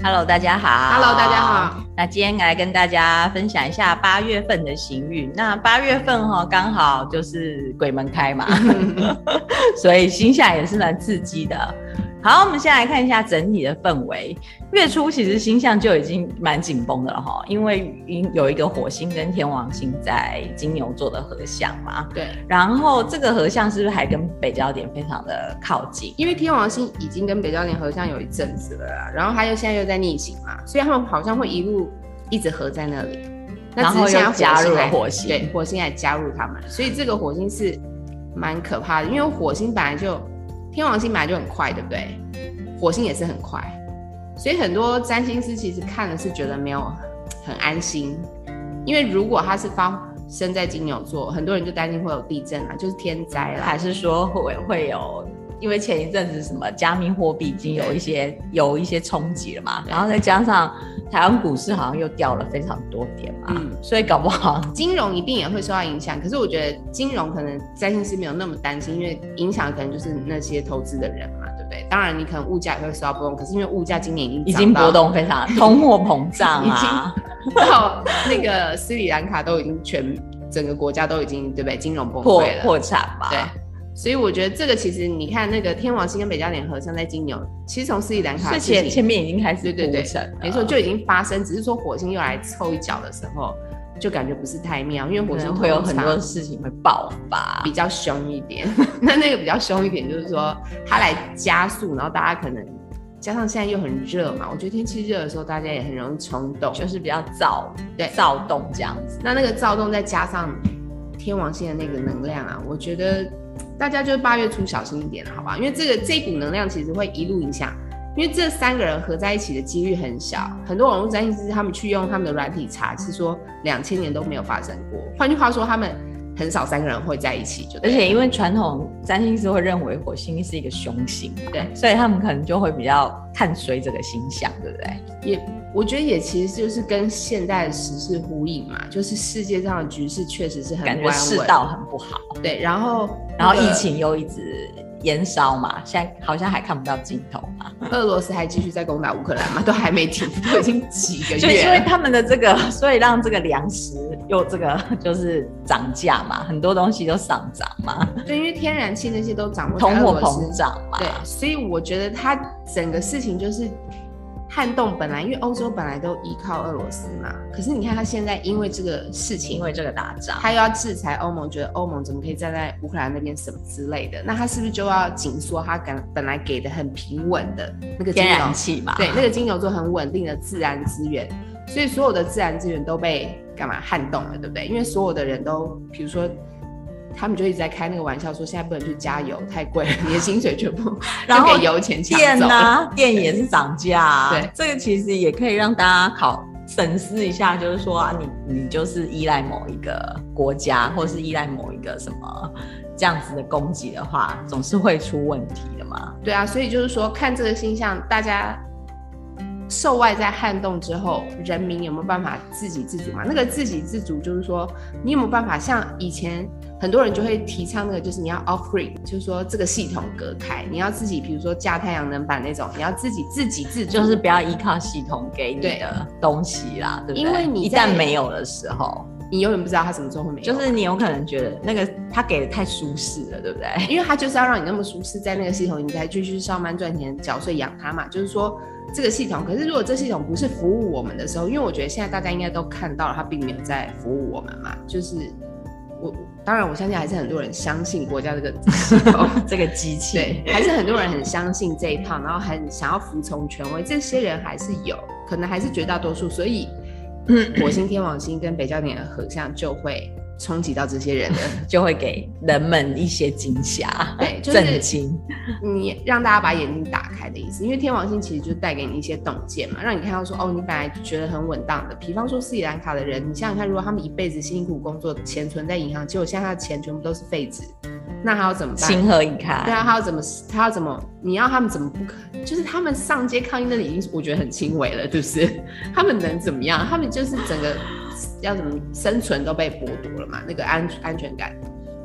Hello， 大家好。 Hello， 大家好。 那今天来跟大家分享一下8月份的行运。那8月份刚好就是鬼门开嘛，所以星象也是蛮刺激的。好，我们先来看一下整体的氛围。月初其实星象就已经蛮紧绷的了哈，因为有一个火星跟天王星在金牛座的合相嘛。 对。然后这个合相是不是还跟北交点非常的靠近？ 因为天王星已经跟北交点合相有一阵子了啦，然后它现在又在逆行嘛，所以他们好像会一直合在那里。 然后又加入了火星， 对，火星来加入他们，所以这个火星是蛮可怕的，因为火星本来就天王星本来就很快，对不对？火星也是很快，所以很多占星师其实看的是觉得没有很安心，因为如果它是发生在金牛座，很多人就担心会有地震啊，就是天灾啦， 还是说会有，因为前一阵子什么加密货币已经有一些冲击了嘛，然后再加上台湾股市好像又掉了非常多点嘛，所以搞不好金融一定也会受到影响。可是我觉得金融可能占星师没有那么担心，因为影响可能就是那些投资的人嘛，对不对？当然你可能物价也会受到波动，可是因为物价今年已经波动非常，通货膨胀啊，已经到那个斯里兰卡都已经整个国家都已经对不对？金融崩溃了， 破产嘛， 对。所以我觉得这个其实你看那个天王星跟北交点合相在金牛，其实从斯里兰卡前面已经开始对没错，就已经发生，只是说火星又来凑一脚的时候，就感觉不是太妙，因为火星会有很多事情会爆发， 比较凶一点。那个比较凶一点就是说它来加速，然后大家可能加上现在又很热嘛，我觉得天气热的时候大家也很容易冲动， 就是比较躁动这样子。 那个躁动再加上天王星的那个能量啊，我觉得大家就8月初小心一点好吧，因为这股能量其实会一路影响，因为这3个人合在一起的几率很小，很多网络占星师他们去用他们的软体查，是说2000年都没有发生过。换句话说，他们很少3个人会在一起， 而且因为传统占星师会认为火星是一个凶星，对，所以他们可能就会比较看衰这个星象，对不对？ 我觉得也其实就是跟现代的时事呼应嘛，就是世界上的局势确实是很感觉世道很不好， 对，然后疫情又一直延烧嘛，现在好像还看不到尽头嘛。 俄罗斯还继续在攻打乌克兰嘛，都还没停，都已经几个月了。 就因为他们的这个，所以让这个粮食又这个就是涨价嘛，很多东西都上涨嘛。 对，因为天然气那些都涨， 通货膨胀嘛。 对，所以我觉得它整个事情就是撼动本来，因为欧洲本来都依靠俄罗斯嘛，可是你看他现在因为这个事情， 因为这个打仗， 他又要制裁欧盟，觉得欧盟怎么可以站在乌克兰那边什么之类的，那他是不是就要紧缩他本来给的很平稳的那个天然气嘛？ 对，那个金牛座很稳定的自然资源，所以所有的自然资源都被干嘛撼动了，对不对？因为所有的人都，比如说。他们就一直在开那个玩笑，说现在不能去加油，太贵了，你的薪水全部就给油钱抢走了。 电也是涨价啊。 对， 这个其实也可以让大家审视一下，就是说啊，你就是依赖某一个国家，或是依赖某一个什么这样子的供给的话，总是会出问题的嘛。 对啊，所以就是说看这个星象，大家受外在撼动之后，人民有没有办法自给自足嘛？那个自给自足就是说，你有没有办法像以前很多人就会提倡那个，就是你要 off grid， 就是说这个系统隔开，你要自己，比如说架太阳能板那种，你要自己自给自足， 就是不要依靠系统给你的东西啦， 对不对？ 因为你一旦没有的时候， 你永远不知道它什么时候会没有， 就是你有可能觉得那个他给的太舒适了，对不对？ 因为他就是要让你那么舒适，在那个系统你才继续上班赚钱缴税养他嘛，就是说。这个系统，可是如果这系统不是服务我们的时候，因为我觉得现在大家应该都看到了，它并没有在服务我们嘛。就是当然我相信还是很多人相信国家这个系统这个机器， 对，还是很多人很相信这一套，然后很想要服从权威，这些人还是有，可能还是绝大多数，所以火星、天王星跟北交点的合相就会冲击到这些人的， 就会给人们一些惊吓， 对，就是震惊。 你让大家把眼睛打开的意思，因为天王星其实就带给你一些洞见嘛，让你看到说，哦，你本来觉得很稳当的，比方说斯里兰卡的人，你想想看，如果他们一辈子辛苦工作，钱存在银行，结果现在他的钱全部都是废纸，那他要怎么办？ 情何以堪？ 对啊，他要怎么？你要他们怎么不可？就是他们上街抗议那里已经我觉得很轻微了，对不对？他们能怎么样？他们就是整个要怎么生存都被剥夺了嘛，那个安全感。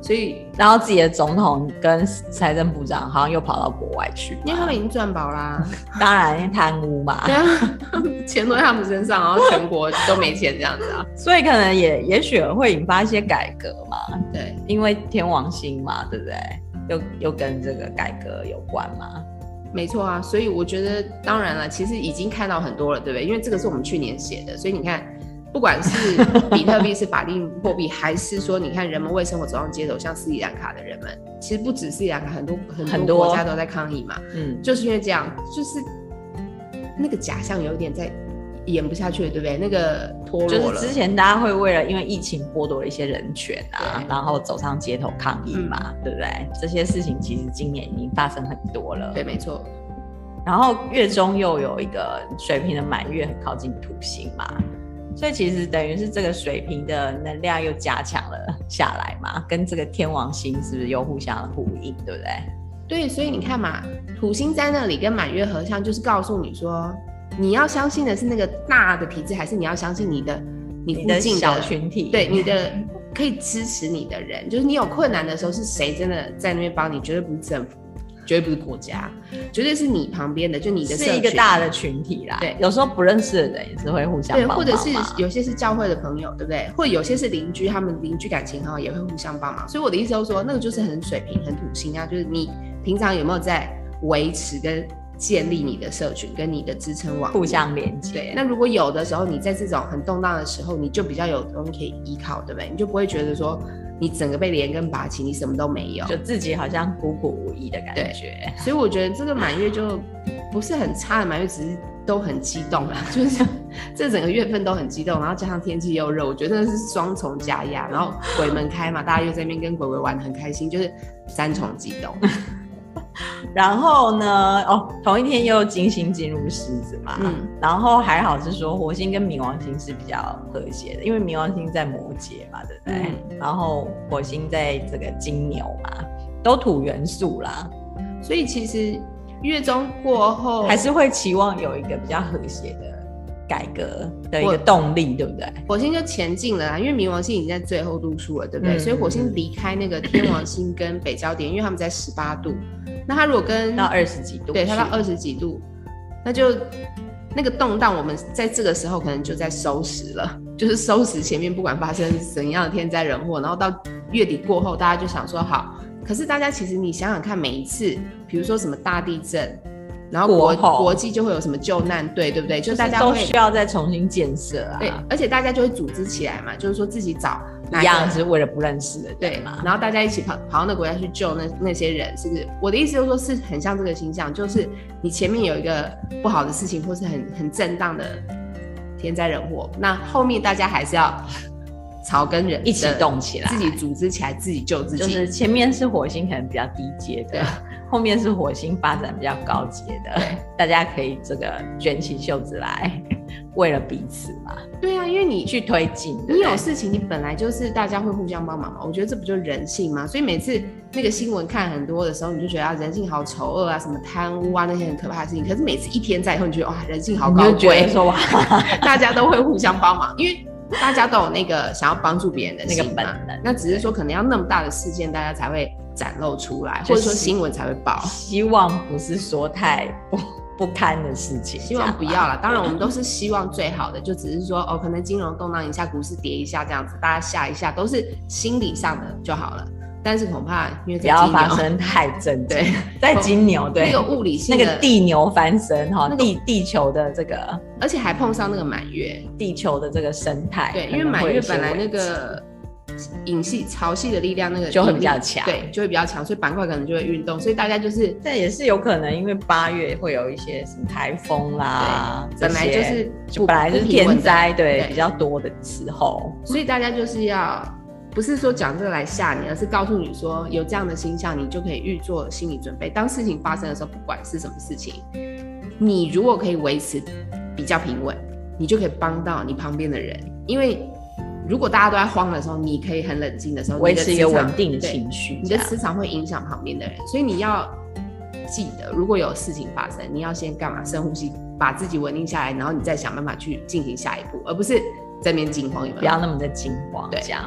所以然后自己的总统跟财政部长好像又跑到国外去， 因为他们已经赚饱啦。 当然贪污嘛， 对啊，钱都在他们身上，然后全国都没钱这样子啊。 所以可能也许会引发一些改革嘛。 对， 因为天王星嘛，对不对？又跟这个改革有关嘛。 没错啊，所以我觉得当然了，其实已经看到很多了，对不对？因为这个是我们去年写的，所以你看。不管是比特币是法定货币，还是说你看人们为生活走上街头，像斯里兰卡的人们，其实不止斯里兰卡，很多国家都在抗议嘛。就是因为这样，就是那个假象有点在演不下去了，对不对？那个脱落了。 就是之前大家会为了因为疫情剥夺了一些人权啊，然后走上街头抗议嘛，对不对？这些事情其实今年已经发生很多了。 对，没错。 然后月中又有一个水瓶的满月，很靠近土星嘛。所以其实等于是这个水瓶的能量又加强了下来嘛，跟这个天王星是不是又互相呼应，对不对？ 对，所以你看嘛，土星在那里跟满月合相，就是告诉你说，你要相信的是那个大的体制，还是你要相信你附近的小群体？对， 你的可以支持你的人，就是你有困难的时候，是谁真的在那边帮你？绝对不是政府。绝对不是国家，绝对是你旁边的，就你的社群， 是一个大的群体啦。对，有时候不认识的人也是会互相帮忙嘛。 对，或者是有些是教会的朋友，对不对？或者有些是邻居，他们邻居感情很好，也会互相帮忙。所以我的意思就是说，那个就是很水平、很土星啊，就是你平常有没有在维持跟建立你的社群跟你的支撑网， 互相连接。 对，那如果有的时候，你在这种很动荡的时候，你就比较有东西可以依靠，对不对？你就不会觉得说。你整个被连根拔起，你什么都没有， 就自己好像孤苦无依的感觉。 所以我觉得这个满月就不是很差的满月，只是都很激动啦，就是这整个月份都很激动，然后加上天气又热，我觉得是双重加压。然后鬼门开嘛，大家又在那边跟鬼鬼玩得很开心，就是3重激动。 然后呢，同一天又有金星进入狮子嘛，然后还好是说火星跟冥王星是比较和谐的，因为冥王星在摩羯嘛，对不对？然后火星在这个金牛嘛，都土元素啦， 所以其实月中过后还是会期望有一个比较和谐的改革的一个动力，对不对？ 火星就前进了啦，因为冥王星已经在最后度数了，对不对？所以火星离开那个天王星跟北交点，因为他们在18度，那他如果跟到20几度， 对，他到20几度，那就那个动荡，我们在这个时候可能就在收拾了，就是收拾前面不管发生怎样的天灾人祸，然后到月底过后，大家就想说好，可是大家其实你想想看，每一次，比如说什么大地震。然后国际就会有什么救难队，对不对？就大家都需要再重新建设啊。 对，而且大家就会组织起来嘛，就是说自己找一样是为了不认识的对嘛，然后大家一起跑到那国家去救那些人，是不是？我的意思就是说，是很像这个形象，就是你前面有一个不好的事情，或是很震荡的天灾人祸，那后面大家还是要草根人一起动起来， 自己组织起来，自己救自己。 就是前面是火星可能比较低阶的，后面是火星发展比较高阶的，大家可以这个卷起袖子来，为了彼此嘛。 对啊，因为你去推进， 你有事情，你本来就是大家会互相帮忙嘛。我觉得这不就是人性吗？所以每次那个新闻看很多的时候，你就觉得啊，人性好丑恶啊，什么贪污啊那些很可怕的事情。可是每次一天在以后，你觉得哇，人性好高贵，说哇，大家都会互相帮忙，因为大家都有那个想要帮助别人的心嘛，那个本能。那只是说可能要那么大的事件，大家才会展露出来，或者说新闻才会报。 希望不是说太不堪的事情， 希望不要啦。当然我们都是希望最好的，就只是说可能金融动荡一下，股市跌一下这样子，大家吓一下，都是心理上的就好了。但是恐怕因为不要发生太震惊，在金牛对那个物理性的那个地牛翻身哈，地球的这个， 而且还碰上那个满月， 地球的这个生态， 对，因为满月本来那个引系潮汐的力量那个就会比较强， 对，就会比较强，所以板块可能就会运动，所以大家就是这也是有可能，因为8月会有一些什么台风啦， 本来就是本来就是天灾，对，比较多的时候， 所以大家就是要。不是说讲这个来吓你，而是告诉你说有这样的星象，你就可以预做心理准备。当事情发生的时候，不管是什么事情，你如果可以维持比较平稳，你就可以帮到你旁边的人。因为如果大家都在慌的时候，你可以很冷静的时候， 维持一个稳定的情绪， 你的磁场会影响旁边的人。所以你要记得，如果有事情发生，你要先干嘛？深呼吸，把自己稳定下来，然后你再想办法去进行下一步，而不是在那边惊慌，有没有？ 不要那么的惊慌，这样。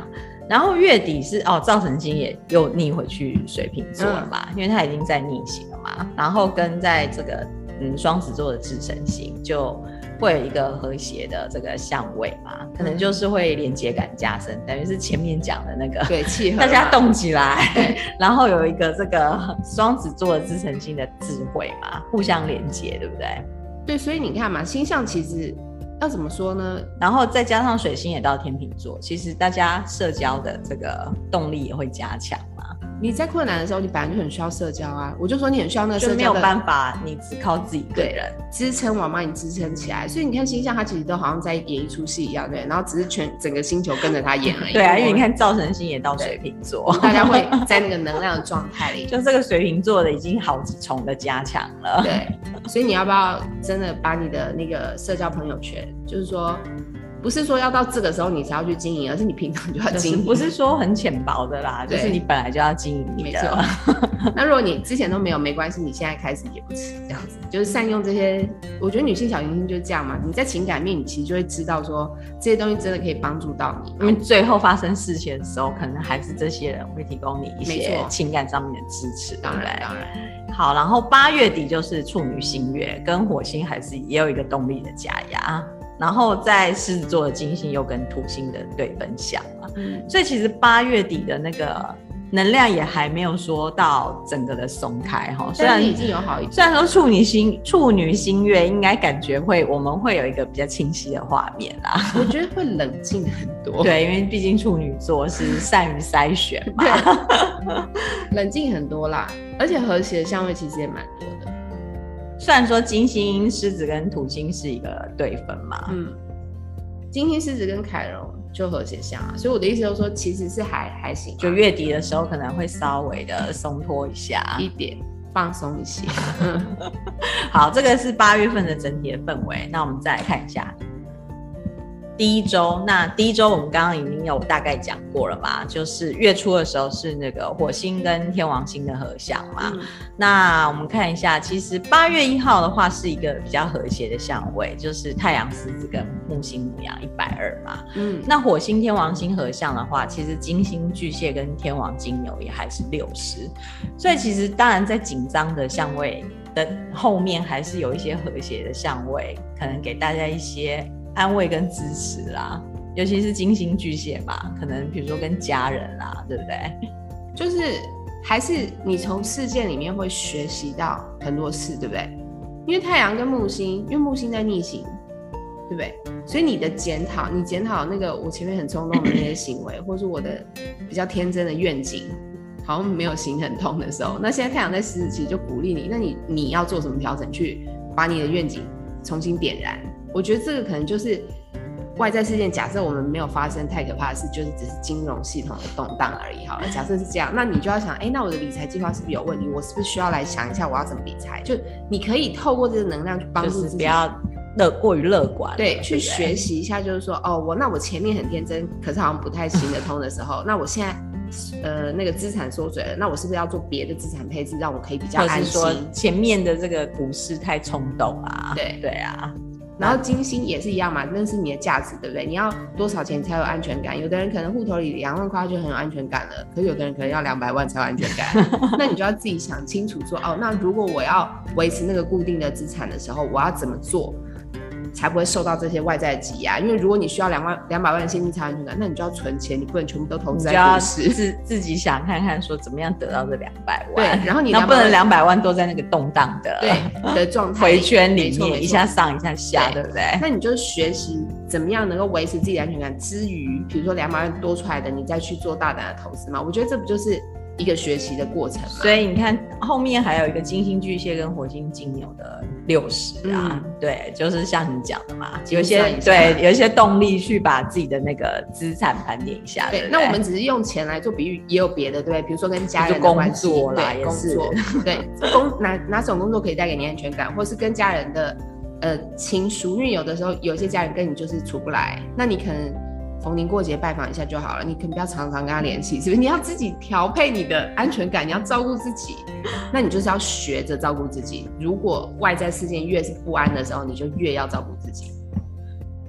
然后月底是造神星也又逆回去水瓶座了嘛，因为它已经在逆行了嘛，然后跟在这个双子座的智神星就会有一个和谐的这个相位嘛，可能就是会连结感加深，等于是前面讲的那个对契合， 大家动起来，然后有一个这个双子座的智神星的智慧嘛，互相连结，对不对？ 对，所以你看嘛，星象其实要怎么说呢？ 然后再加上水星也到天秤座，其实大家社交的这个动力也会加强嘛。 你在困难的时候，你本来就很需要社交啊。我就说你很需要那个社交的， 就没有办法，你只靠自己一个人支撑网把你支撑起来。所以你看星象，它其实都好像在演一出戏一样，对。然后只是整个星球跟着它演而已。 对啊，因为你看造神星也到水瓶座， 大家会在那个能量的状态里， 就这个水瓶座的已经好几重的加强了。 对，所以你要不要真的把你的那个社交朋友圈，就是说。不是说要到这个时候你才要去经营，而是你平常就要经营， 不是说很浅薄的啦，就是你本来就要经营你的。没错。 那如果你之前都没有，没关系，你现在开始也不迟，这样子就是善用这些。我觉得女性小行星就是这样嘛，你在情感面，你其实就会知道说这些东西真的可以帮助到你， 因为最后发生事情的时候，可能还是这些人会提供你一些情感上面的支持。 当然。 好，然后8月底就是处女新月，跟火星还是也有一个动力的加压。然后在狮子座的金星又跟土星的对分相嘛，所以其实8月底的那个能量也还没有说到整个的松开哈，虽然已经有好一点。 虽然说处女新月应该感觉我们会有一个比较清晰的画面啦， 我觉得会冷静很多。 对，因为毕竟处女座是善于筛选嘛， 冷静很多啦，而且和谐的相位其实也蛮多的。 虽然说金星狮子跟土星是一个对分嘛， 金星狮子跟凯龙就和谐相啊，所以我的意思就是说其实是还行， 就月底的时候可能会稍微的松脱一下一点，放松一些。 好，这个是8月份的整体的氛围，那我们再来看一下第一周。那第一周我们刚刚已经有大概讲过了嘛，就是月初的时候是那个火星跟天王星的合相嘛，那我们看一下，其实8月1号的话是一个比较和谐的相位，就是太阳狮子跟木星牡羊120嘛，那火星天王星合相的话，其实金星巨蟹跟天王金牛也还是60，所以其实当然在紧张的相位的后面还是有一些和谐的相位，可能给大家一些安慰跟支持啦，尤其是金星巨蟹嘛，可能比如说跟家人啦，对不对？ 就是还是你从事件里面会学习到很多事，对不对？因为太阳跟木星，因为木星在逆行，对不对？所以你的检讨，你检讨那个我前面很冲动的那些行为，或是我的比较天真的愿景，好像没有行很通的时候，那现在太阳在狮子，其实就鼓励你，那你要做什么调整，去把你的愿景重新点燃。我觉得这个可能就是外在事件，假设我们没有发生太可怕的事，就是只是金融系统的动荡而已好了。假设是这样，那你就要想，那我的理财计划是不是有问题？我是不是需要来想一下我要怎么理财？就你可以透过这个能量去帮助自己， 就是不要过于乐观， 对，去学习一下，就是说，那我前面很天真，可是好像不太行得通的时候，那我现在那个资产缩水了，那我是不是要做别的资产配置，让我可以比较安心？ 或是说前面的这个股市太冲动啊，对啊。 然后金星也是一样嘛，那是你的价值，对不对？你要多少钱才有安全感？有的人可能户头里2万块就很有安全感了，可是有的人可能要200万才有安全感。那你就要自己想清楚说，那如果我要维持那个固定的资产的时候，我要怎么做才不会受到这些外在的挤压？因为如果你需要200万的现金才有安全感，那你就要存钱，你不能全部都投资在股市。 你就要自己想看看说怎么样得到这200万。 对，然后你不能200万都在那个动荡的状态回圈里面，一下上一下下，对不对？ 那你就学习怎么样能够维持自己的安全感之余，比如说200万多出来的，你再去做大胆的投资嘛？我觉得这不就是一个学习的过程嘛？ 所以你看后面还有一个金星巨蟹跟火星金牛的60啊，对，就是像你讲的嘛，有一些动力去把自己的那个资产盘点一下。对， 那我们只是用钱来做比喻，也有别的，对不对？比如说跟家人的关系， 工作啦，也是对，哪种工作可以带给你安全感，或是跟家人的亲疏，因为有的时候有些家人跟你就是处不来，那你可能逢年过节拜访一下就好了，你可能不要常常跟他联系，是不是？你要自己调配你的安全感，你要照顾自己，那你就是要学着照顾自己。如果外在事件越是不安的时候，你就越要照顾自己。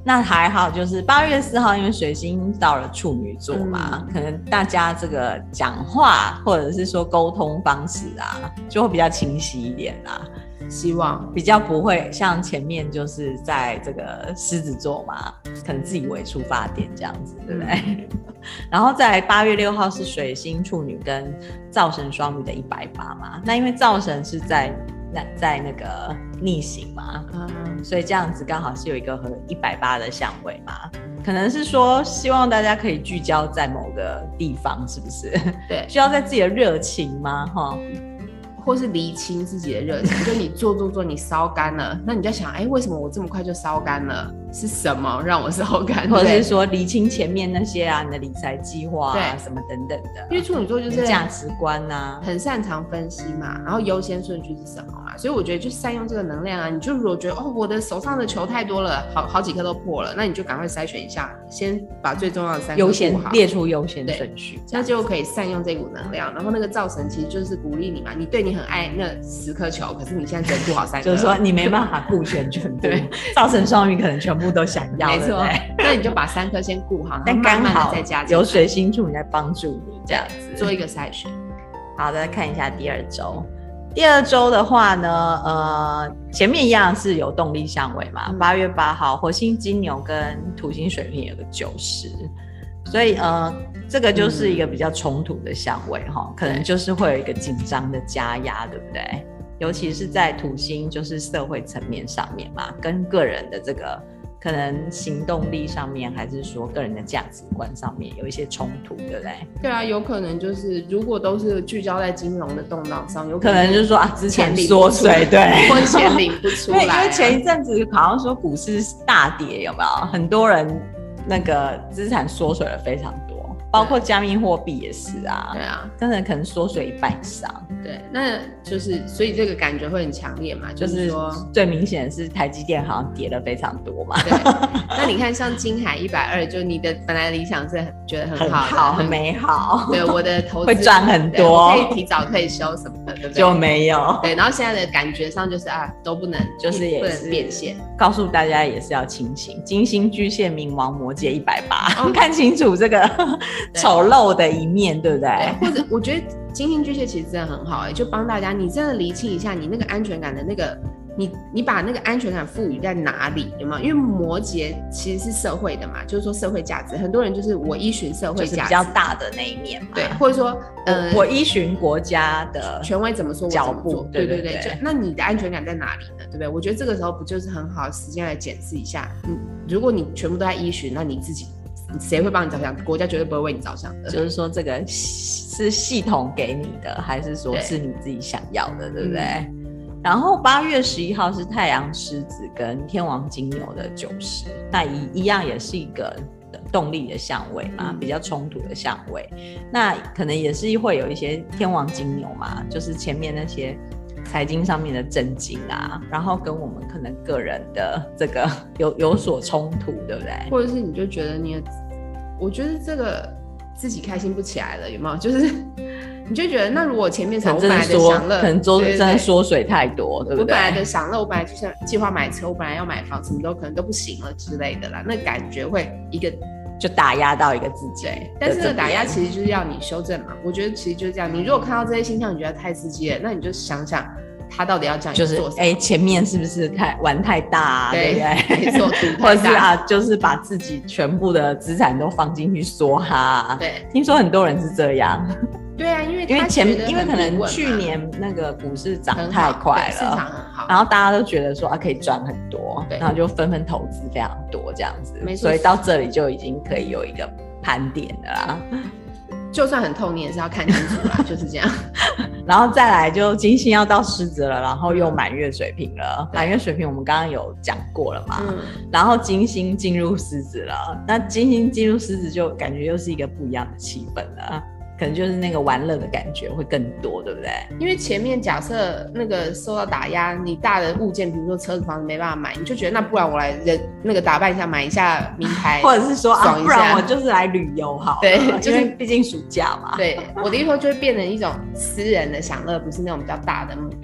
那还好，就是8月4号，因为水星到了处女座嘛，可能大家这个讲话或者是说沟通方式啊，就会比较清晰一点啦。 希望比较不会像前面就是在这个狮子座嘛，可能自以为出发点这样子，对不对？然后再来8月6号是水星处女跟灶神双鱼的180嘛，那因为灶神是在那个逆行嘛，所以这样子刚好是有一个和180的相位嘛，可能是说希望大家可以聚焦在某个地方，是不是？ 对， 聚焦在自己的热情吗？哈。 或是厘清自己的热情，就你做你烧干了，那你就想，为什么我这么快就烧干了？是什么让我烧干？ 或者是说厘清前面那些啊，你的理财计划啊，什么等等的。 因为处女座就是价值观啊， 很擅长分析嘛，然后优先顺序是什么嘛，所以我觉得就善用这个能量啊。你就如果觉得我的手上的球太多了，好几颗都破了，那你就赶快筛选一下，先把最重要的3颗优先列出优先顺序， 那就可以善用这股能量。然后那个灶神其实就是鼓励你嘛，你对你很爱那10颗球，可是你现在只顾好3颗， 就是说你没办法顾全部。对，灶神双鱼可能全部都想要， 没错。那你就把3颗先顾好， 但刚好再加有水星处女在帮助你这样子做一个筛选。 好的，看一下第2周。第2周的话呢，前面一样是有动力相位嘛，8月8号火星金牛跟土星水瓶有个90，所以这个就是一个比较冲突的相位哈，可能就是会有一个紧张的加压，对不对？尤其是在土星就是社会层面上面嘛，跟个人的这个可能行动力上面，还是说个人的价值观上面有一些冲突，对不对？ 对啊，有可能就是如果都是聚焦在金融的动荡上，有可能就是说资产缩水，对， 或钱领不出来。 因为前一阵子好像说股市大跌，有没有？很多人那个资产缩水了非常多。包括加密货币也是啊， 对啊， 真的可能缩水1半以上。 对，那就是所以这个感觉会很强烈嘛，就是说最明显的是台积电好像跌了非常多嘛。 对，那你看像金海120，就你的本来的理想是觉得很好很美好， 对，我的投资会赚很多， 可以提早退休什么的，对不对？ 就没有。 对，然后现在的感觉上就是都不能， 就是也不能变现。 告诉大家也是要清醒，金星巨蟹冥王摩羯180，看清楚这个丑陋的一面，对不对？ 对，或者我觉得金星巨蟹其实真的很好，就帮大家，你真的厘清一下你那个安全感的那个，你把那个安全感赋予在哪里，有没有？因为摩羯其实是社会的嘛，就是说社会价值，很多人就是我依循社会价值，就是比较大的那一面嘛， 对，或者说我依循国家的权威怎么说， 脚步， 对对对，那你的安全感在哪里呢？对不对？我觉得这个时候不就是很好的时间来检视一下，如果你全部都在依循，那你自己谁会帮你着想？国家绝对不会为你着想的。 就是说，这个是系统给你的，还是说是你自己想要的，对不对？然后8月11号是太阳狮子跟天王金牛的90，那一样也是一个动力的相位嘛，比较冲突的相位。那可能也是会有一些天王金牛嘛，就是前面那些财经上面的震惊啊，然后跟我们可能个人的这个有所冲突，对不对？ 或者是你就觉得我觉得这个自己开心不起来了，有没有？就是你就觉得，那如果前面我本来的享乐， 可能真的缩水太多，对不对？ 我本来的享乐，我本来就是计划买车，我本来要买房，什么都可能都不行了之类的啦，那感觉会一个就打压到一个自己。 但是这个打压其实就是要你修正嘛。我觉得其实就是这样，你如果看到这些现象，你觉得太刺激了，那你就想想他到底要这样做什么？ 就是前面是不是玩太大啊？对不对？ 没错， 或者是就是把自己全部的资产都放进去梭哈。 对， 听说很多人是这样。 对啊，因为可能去年那个股市涨太快了， 市场很好， 然后大家都觉得说可以赚很多，然后就纷纷投资非常多这样子，所以到这里就已经可以有一个盘点了啦。 就算很透，你也是要看清楚啦，就是这样。 然后再来就金星要到狮子了，然后又满月水瓶了。满月水瓶我们刚刚有讲过了嘛，然后金星进入狮子了，那金星进入狮子就感觉又是一个不一样的气氛了。可能就是那个玩乐的感觉会更多，对不对？ 因为前面假设那个受到打压，你大的物件，比如说车子、房子没办法买，你就觉得那不然我来那个打扮一下，买一下名牌， 或者是说不然我就是来旅游好了， 对， 因为毕竟暑假嘛。 对，我的意思说就会变成一种私人的享乐，不是那种比较大的目标。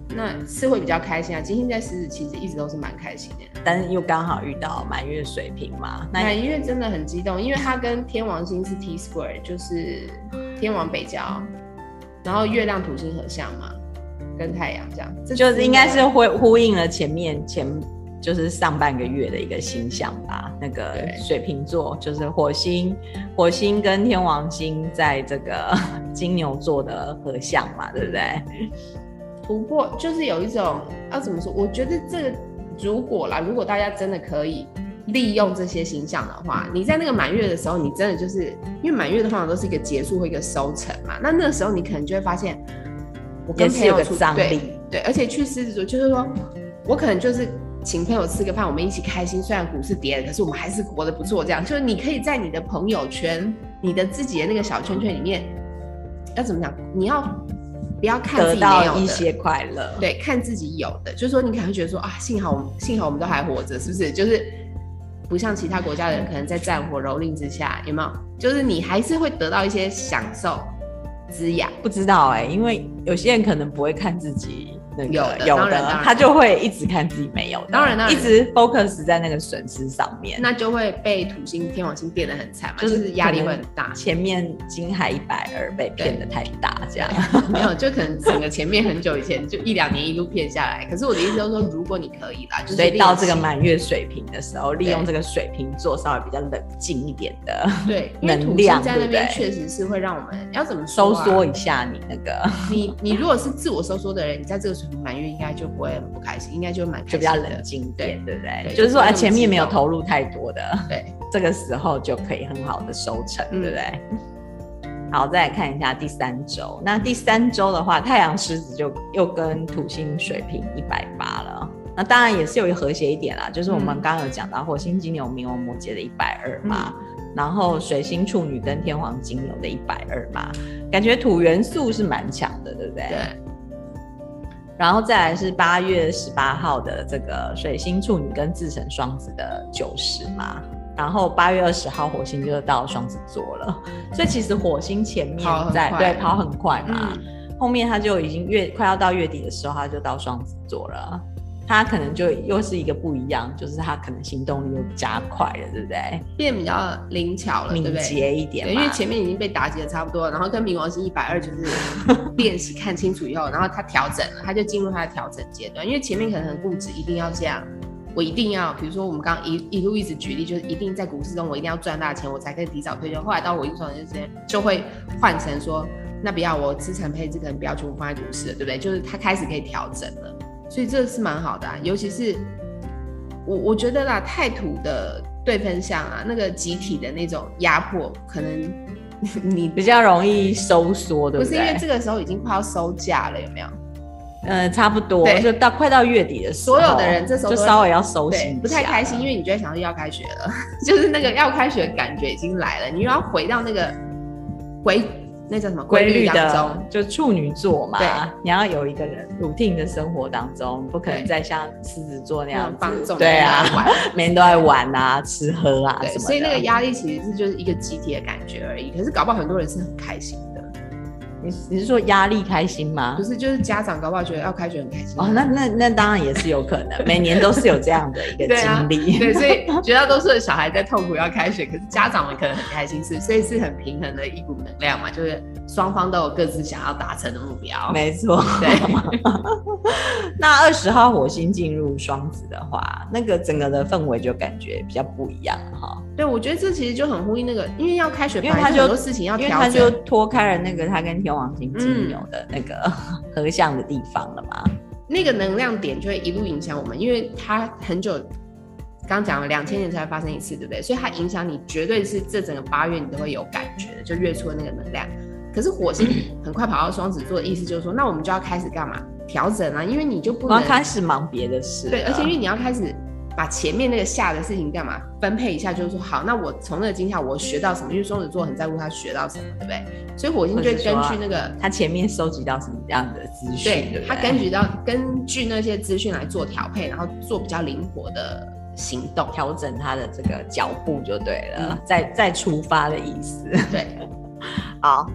那是会比较开心啊。金星在狮子其实一直都是蛮开心的， 但是又刚好遇到满月水瓶嘛，那满月真的很激动，因为它跟天王星是 T square， 就是天王北交，然后月亮土星合相嘛，跟太阳这样， 就是应该是会呼应了前就是上半个月的一个星象吧。那个水瓶座就是火星跟天王星在这个金牛座的合相嘛，对不对？ 突破就是有一种要怎么说？我觉得这个如果大家真的可以利用这些星象的话，你在那个满月的时候，你真的就是因为满月的通常都是一个结束或一个收成嘛，那个时候你可能就会发现，我跟朋友也是有个张力， 对，而且去狮子座就是说，我可能就是请朋友吃个饭，我们一起开心，虽然股市跌了，可是我们还是活得不错。这样就是你可以在你的朋友圈、你的自己的那个小圈圈里面，要怎么讲？你要不要看自己没有的， 得到一些快乐？ 对，看自己有的，就是说你可能会觉得说啊，幸好我们都还活着，是不是？就是不像其他国家的人可能在战火蹂躏之下，有没有？就是你还是会得到一些享受、滋养。 不知道因为有些人可能不会看自己。有的他就会一直看自己没有的， 当然一直 focus 在那个损失上面， 那就会被土星天王星变得很惨嘛，就是压力会很大。 前面金海120被骗得太大，这样没有，就可能整个前面很久以前就1-2年一路骗下来。可是我的意思就是说，如果你可以啦，就是所以到这个满月水瓶的时候，利用这个水瓶座稍微比较冷静一点的能量， 在那边确实是会让我们要怎么说收缩一下你那个你如果是自我收缩的人，你在这个水瓶满月应该就不会很不开心，应该就蛮开心的， 就比较冷静一点，对不对？就是说前面没有投入太多的， 对， 这个时候就可以很好的收成，对不对？好，再来看一下第3周。那第3周的话，太阳狮子就又跟土星水瓶180了。那当然也是有和谐一点啦，就是我们刚刚有讲到火星金牛、冥王摩羯的120嘛，然后水星处女跟天王金牛的120嘛，感觉土元素是蛮强的，对不对？ 对。 然后再来是8月18号的这个水星处女跟自成双子的90嘛，然后8月20号火星就到双子座了，所以其实火星前面跑很快嘛，后面他就已经快要到月底的时候，他就到双子座了。他可能就又是一个不一样，就是他可能行动力又加快了，对不对？ 变比较灵巧了， 敏捷一点嘛， 对，因为前面已经被打击的差不多了，然后跟冥王星120就是练习看清楚以后，然后他调整了，他就进入他的调整阶段。因为前面可能很固执，一定要这样，我一定要，比如说我们刚刚一路一直举例，就是一定在股市中我一定要赚大钱，我才可以提早退休。后来到我一双时间就会换成说，那不要，我资产配置可能不要全部放在股市了，对不对？就是他开始可以调整了。所以这是蛮好的尤其是我觉得啦，太土的对分相那个集体的那种压迫，可能你比较容易收缩，对不对？ 不是因为这个时候已经快要收假了，有没有？ 差不多，就快到月底的时候， 所有的人这时候就稍微要收心一下， 不太开心，因为你就会想到要开学了，就是那个要开学的感觉已经来了，你又要回到那个那叫什么规律当中， 就处女座嘛，你要有一个人 routine 的生活当中，不可能再像狮子座那样子，对啊，每天都在玩啊、吃喝啊什么的。 所以那个压力其实是就是一个集体的感觉而已。可是搞不好很多人是很开心的。 你是说压力开心吗？ 不是，就是家长搞不好觉得要开学很开心那当然也是有可能，每年都是有这样的一个经历。 对，所以绝大多数的小孩在痛苦要开学，可是家长们可能很开心，所以是很平衡的一股能量嘛，就是双方都有各自想要达成的目标。 没错，对。那20号火星进入双子的话，那个整个的氛围就感觉比较不一样哈。 对，我觉得这其实就很呼应那个，因为要开学，因为他就很多事情要调整， 因为他就脱开了那个他跟天王星金牛的那个合相的地方了嘛。 那个能量点就会一路影响我们，因为他很久，刚讲了2000年才会发生一次，对不对？所以它影响你绝对是这整个8月你都会有感觉的，就月初的那个能量。可是火星很快跑到双子座的意思就是说，那我们就要开始干嘛？调整啊，因为你就不能开始忙别的事。 对，而且因为你要开始把前面那个下的事情干嘛分配一下，就是说好，那我从那个惊吓我学到什么？因为双子座很在乎他学到什么，对不对？所以火星就会根据那个他前面收集到什么样的资讯，对不对？ 他根据那些资讯来做调配，然后做比较灵活的行动， 调整他的这个脚步就对了，再出发的意思。 对， 好。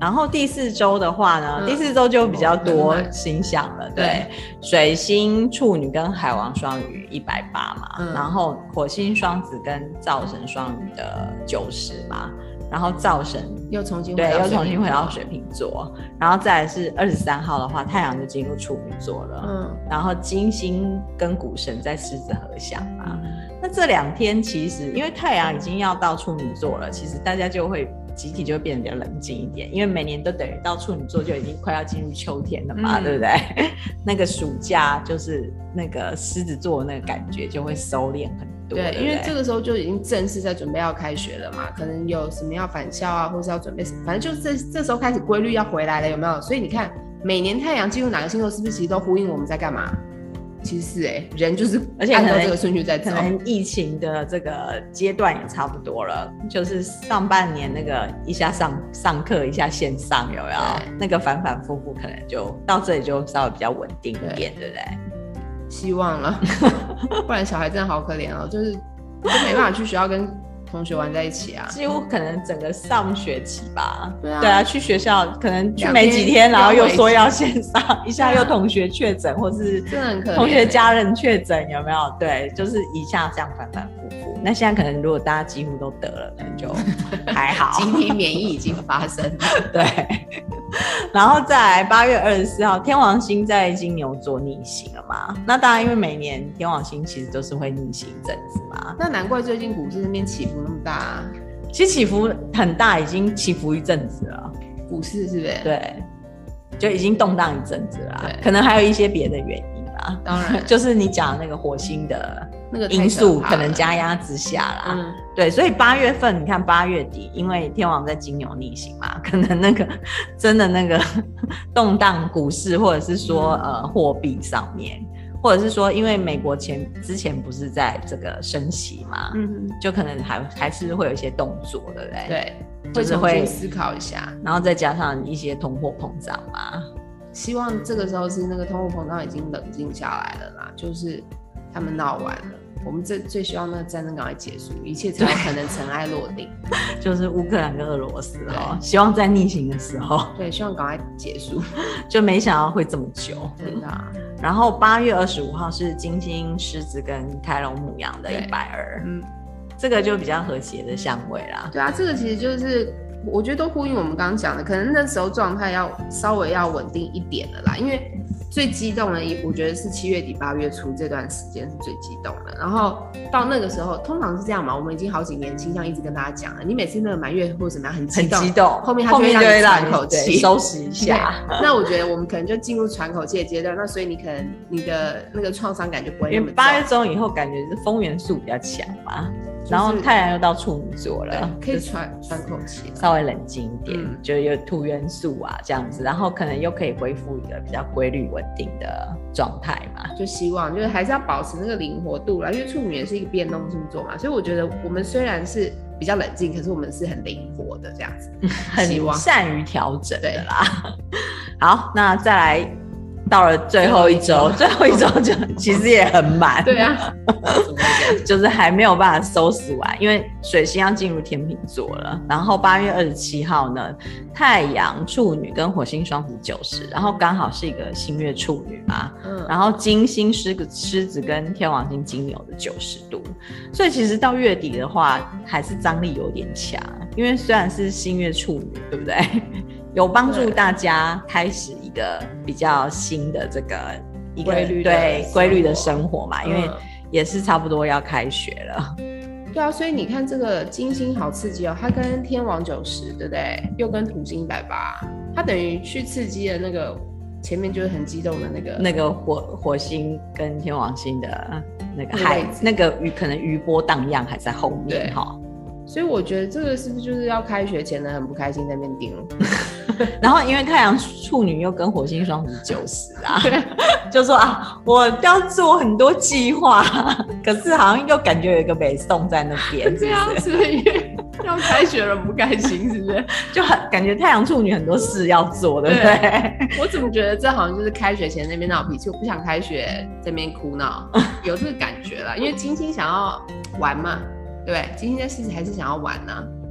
然后第4周的话呢，第4周就比较多星象了，对，水星处女跟海王双鱼180嘛，然后火星双子跟灶神双鱼的90嘛，然后灶神又重新回到水瓶座，然后再来是23号的话，太阳就进入处女座了，然后金星跟谷神在狮子合相嘛，那这2天其实因为太阳已经要到处女座了，其实大家就会集体就会变得比较冷静一点，因为每年都等于到处女座就已经快要进入秋天了嘛，对不对？那个暑假就是那个狮子座那个感觉就会收敛很多，对， 因为这个时候就已经正式在准备要开学了嘛，可能有什么要返校啊，或是要准备什么，反正就这时候开始规律要回来了，有没有？所以你看每年太阳进入哪个星座，是不是其实都呼应我们在干嘛？其实是人就是按照这个顺序在走， 可能疫情的这个阶段也差不多了，就是上半年那个一下上课一下线上，有没有？那个反反复复，可能就到这里就稍微比较稳定一点， 对不对？ 希望了，不然小孩真的好可怜哦，就是没办法去学校跟同学玩在一起啊， 几乎可能整个上学期吧。 对啊，去学校可能去没几天，然后又说要线上，一下又同学确诊，或是同学家人确诊，有没有？对，就是一下这样反反复复。那现在可能如果大家几乎都得了，可能就还好， 集体免疫已经发生了。 对，然后再来8月24号，天王星在金牛座逆行了嘛？那当然，因为每年天王星其实都是会逆行一阵子嘛。 那难怪最近股市那边起伏那么大啊。 其实起伏很大，已经起伏一阵子了。 股市是不是？ 对，就已经动荡一阵子了。可能还有一些别的原因啦。 当然， 就是你讲那个火星的那个因素可能加压之下啦。对，所以8月份你看8月底，因为天王在金牛逆行嘛，可能那个真的那个动荡股市，或者是说货币上面。或者是说，因为美国之前不是在这个升息嘛，就可能还是会有一些动作，对不对？ 对， 就是会思考一下， 然后再加上一些通货膨胀嘛。 希望这个时候是那个通货膨胀已经冷静下来了啦，就是他们闹完了，我们最希望那个战争赶快结束，一切才有可能尘埃落定。 就是乌克兰跟俄罗斯希望在逆行的时候， 对，希望赶快结束， 就没想到会这么久， 真的啊。 然后8月25号是金星狮子跟开龙牡羊的120，这个就比较和谐的相位啦。 对啊，这个其实就是我觉得都呼应我们刚刚讲的，可能那时候状态要稍微要稳定一点了啦，因为最激动的我觉得是7月底8月初这段时间是最激动的，然后到那个时候通常是这样嘛，我们已经好几年倾向一直跟大家讲了，你每次那个满月或者怎么样很激动，后面它就会让你喘口气， 收拾一下。 那我觉得我们可能就进入喘口气的阶段，那所以你可能你的那个创伤感就不会那么重。 因为8月中以后感觉是风元素比较强嘛，然后太阳又到处女座了， 可以喘口气， 稍微冷静一点，就有土元素啊这样子，然后可能又可以恢复一个比较规律稳定的状态嘛。 就希望就是还是要保持那个灵活度啦，因为处女也是一个变动星座嘛，所以我觉得我们虽然是比较冷静，可是我们是很灵活的这样子， 很善于调整的啦。好，那再来。到了最后一周就其实也很满， 对啊， 就是还没有办法收拾完，因为水星要进入天秤座了。然后8月27号呢，太阳处女跟火星双子90，然后刚好是一个新月处女嘛，然后金星狮子跟天王星金牛的90度，所以其实到月底的话，还是张力有点强，因为虽然是新月处女，对不对？有帮助大家开始一个比较新的这个一个规律的生活嘛，因为也是差不多要开学了。 对啊，所以你看这个金星好刺激哦，它跟天王90，对不对？又跟土星180，它等于去刺激了那个前面就是很激动的那个火星跟天王星的那个可能余波荡漾还在后面哈。 所以我觉得这个是不是就是要开学前的很不开心在那边盯然后因为太阳处女又跟火星双子90啊，就说啊，我要做很多计划，可是好像又感觉有一个北宋在那边，是不是？ 对啊，所以要开学了不开心，是不是？ 就很感觉太阳处女很多事要做，对不对？ 我怎么觉得这好像就是开学前那边闹脾气，我不想开学这边哭闹，有这个感觉啦。因为金星想要玩嘛，对不对？金星在狮子还是想要玩啊。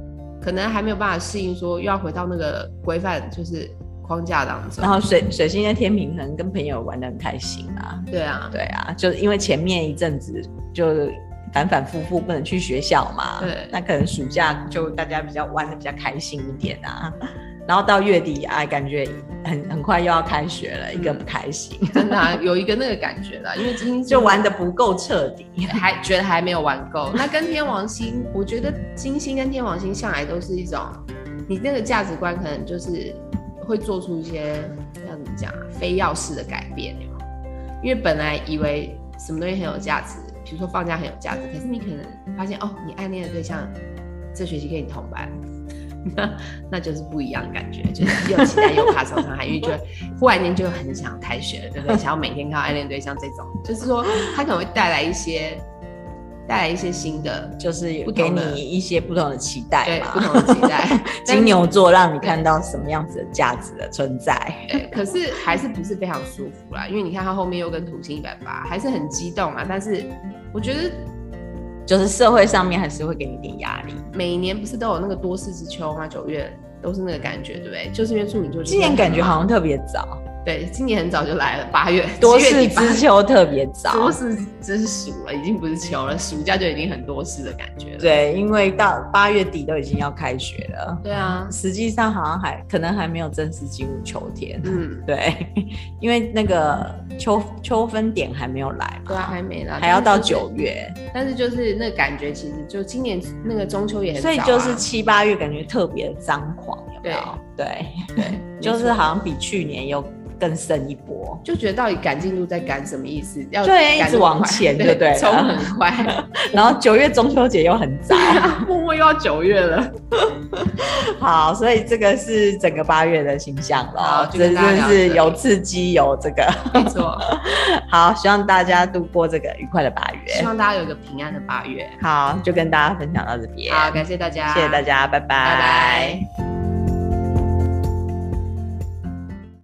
可能还没有办法适应说又要回到那个规范就是框架当中。 然后水星的天秤可能跟朋友玩得很开心啊。 对啊， 对啊，就是因为前面一阵子就反反复复不能去学校嘛， 对， 那可能暑假就大家比较玩得比较开心一点啊。然后到月底感觉很快又要开学了，一个不开心， 真的啊，有一个那个感觉啦，因为金星就玩得不够彻底， 还觉得还没有玩够。那跟天王星，我觉得金星跟天王星向来都是一种，你那个价值观可能就是会做出一些要怎么讲非要式的改变，因为本来以为什么东西很有价值，比如说放假很有价值，可是你可能发现哦，你暗恋的对象这学期跟你同班。那就是不一样的感觉，就是又期待又怕受伤害，因为就忽然间就很想开学了，对不对？想要每天看到暗恋对象这种，就是说他可能会带来一些新的， 就是给你一些不同的期待嘛， 对，不同的期待。 金牛座让你看到什么样子的价值的存在， 对，可是还是不是非常舒服啦，因为你看他后面又跟土星180，还是很激动啊。但是我觉得。 就是社会上面还是会给你一点压力。 每一年不是都有那个多事之秋吗？9月都是那个感觉，对不对？就是因为处女座， 今年感觉好像特别早。 对，今年很早就来了，8月， 多事之秋特别早， 多事之暑了，已经不是秋了，暑假就已经很多事的感觉了。 对，因为到8月底都已经要开学了。 对啊， 实际上好像可能还没有正式进入秋天。对，因为那个秋分点还没有来嘛。 对啊，还没来， 还要到9月。 但是就是那个感觉，其实就今年那个中秋也很早， 所以就是7、8月感觉特别的张狂，有没有？对，就是好像比去年又更深一波， 就觉得到底赶进度在赶什么意思？要对，一直往前，对不对？ 冲很快， 然后9月中秋节又很早， 默默又要9月了。 好，所以这个是整个8月的形象了，真的是有刺激，有这个， 没错。 好，希望大家度过这个愉快的8月， 希望大家有一个平安的8月。 好，就跟大家分享到这边。 好，感谢大家， 谢谢大家，拜拜， 拜拜。